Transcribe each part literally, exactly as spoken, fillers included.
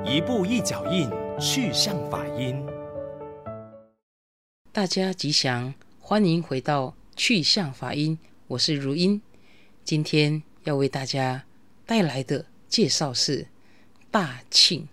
一步一脚印，去向法音。 大家吉祥，欢迎回到去向法音，我是如音。今天要为大家带来的介绍是大庆。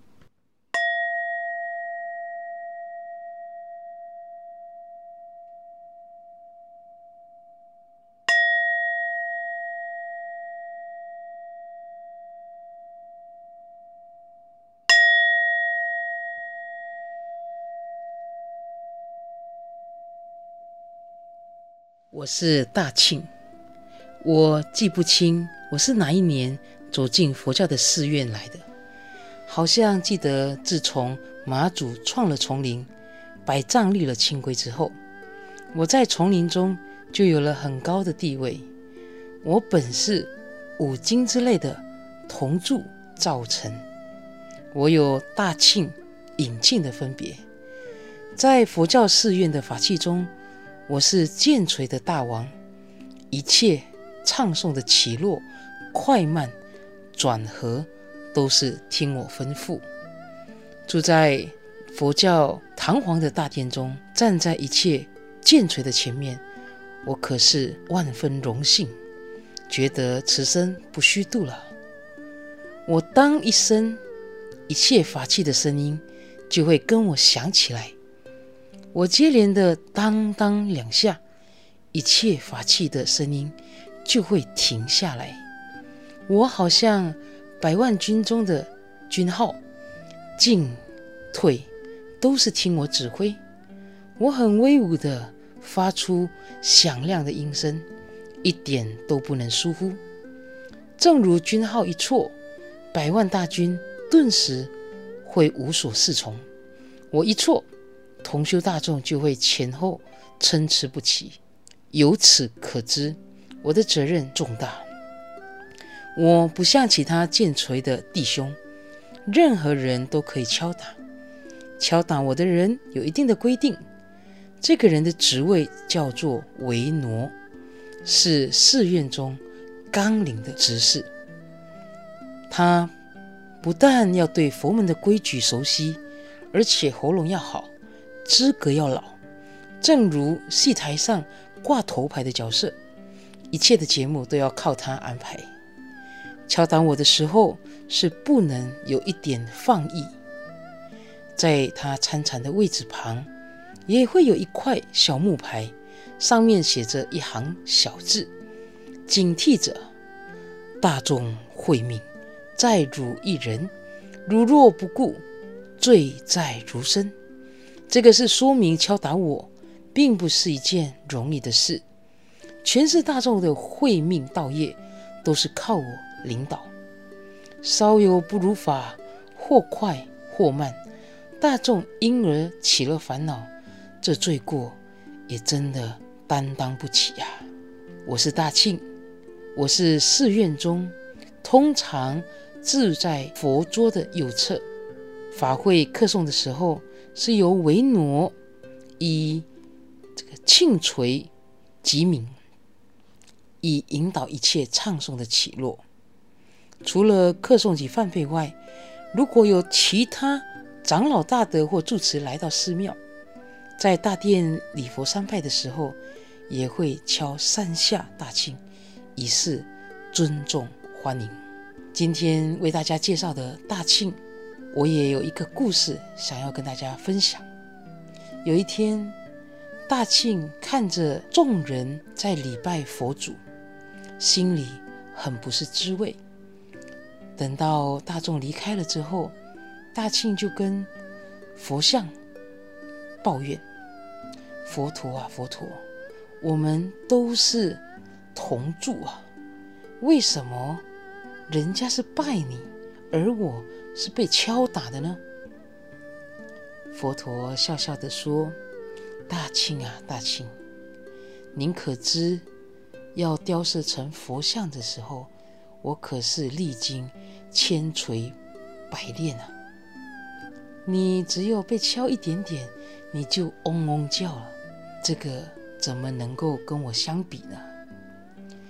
我是大庆，我记不清我是哪一年走进佛教的寺院来的，好像记得自从马祖创了丛林，百丈立了清规之后，我在丛林中就有了很高的地位。我本是五经之类的同住造成，我有大庆、隐庆的分别。在佛教寺院的法器中，我是剑锤的大王，一切唱诵的起落、快慢、转合都是听我吩咐。住在佛教堂皇的大殿中，站在一切剑锤的前面，我可是万分荣幸，觉得此生不虚度了。我当一声，一切法器的声音就会跟我响起来。我接连的当当两下，一切法器的声音就会停下来。我好像百万军中的军号，进退都是听我指挥。我很威武的发出响亮的音声，一点都不能疏忽。正如军号一错，百万大军顿时会无所适从。我一错，同修大众就会前后参差不齐。由此可知，我的责任重大。我不像其他剑锤的弟兄，任何人都可以敲打。敲打我的人有一定的规定，这个人的职位叫做维挪，是寺院中纲领的执事。他不但要对佛门的规矩熟悉，而且喉咙要好，资格要老，正如戏台上挂头牌的角色，一切的节目都要靠他安排。敲打我的时候是不能有一点放逸。在他参禅的位置旁，也会有一块小木牌，上面写着一行小字，警惕着大众慧命，在汝一人，汝若不顾，罪在汝身。这个是说明敲打我并不是一件容易的事，全是大众的慧命道业都是靠我领导，稍有不如法，或快或慢，大众因而起了烦恼，这罪过也真的担当不起呀、啊。我是大庆，我是寺院中通常置在佛桌的右侧，法会课诵的时候是由维挪以这个磬锤击鸣，以引导一切唱诵的起落。除了课诵及梵呗外，如果有其他长老大德或住持来到寺庙，在大殿礼佛参拜的时候，也会敲三下大磬，以示尊重欢迎。今天为大家介绍的大磬，我也有一个故事想要跟大家分享。有一天，大庆看着众人在礼拜佛祖，心里很不是滋味。等到大众离开了之后，大庆就跟佛像抱怨：佛陀啊佛陀，我们都是同住啊，为什么人家是拜你，而我是被敲打的呢？佛陀笑笑地说：大庆啊大庆，您可知要雕塑成佛像的时候，我可是历经千锤百炼啊！你只有被敲一点点，你就嗡嗡叫了，这个怎么能够跟我相比呢？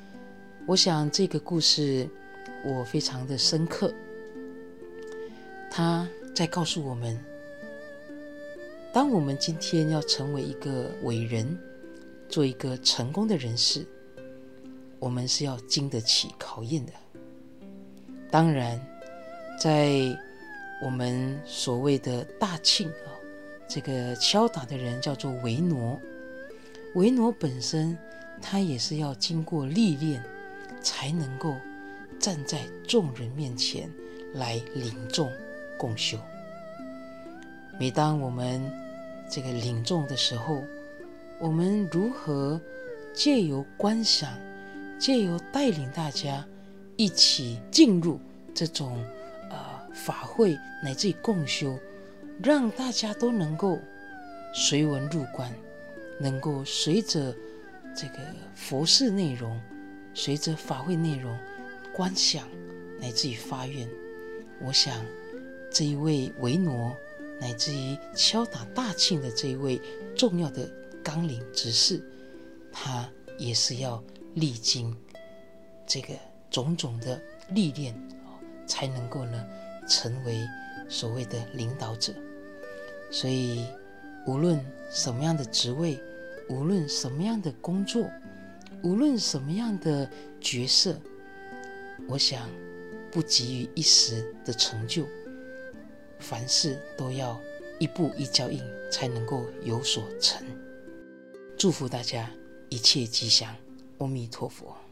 我想这个故事我非常的深刻。 他在告诉我们，当我们今天要成为一个伟人，做一个成功的人士，我们是要经得起考验的。当然，在我们所谓的大庆啊，这个敲打的人叫做维挪，维挪本身他也是要经过历练，才能够站在众人面前来领众共修。每当我们这个领众的时候，我们如何借由观想，借由带领大家一起进入这种呃法会乃至于共修，让大家都能够随文入观，能够随着这个佛事内容，随着法会内容观想乃至于发愿。我想这一位维挪乃至于敲打大庆的这一位重要的纲领执事，他也是要历经这个种种的历练，才能够呢成为所谓的领导者。所以无论什么样的职位，无论什么样的工作，无论什么样的角色，我想不急于一时的成就，凡事都要一步一脚印，才能够有所成。祝福大家一切吉祥，阿弥陀佛。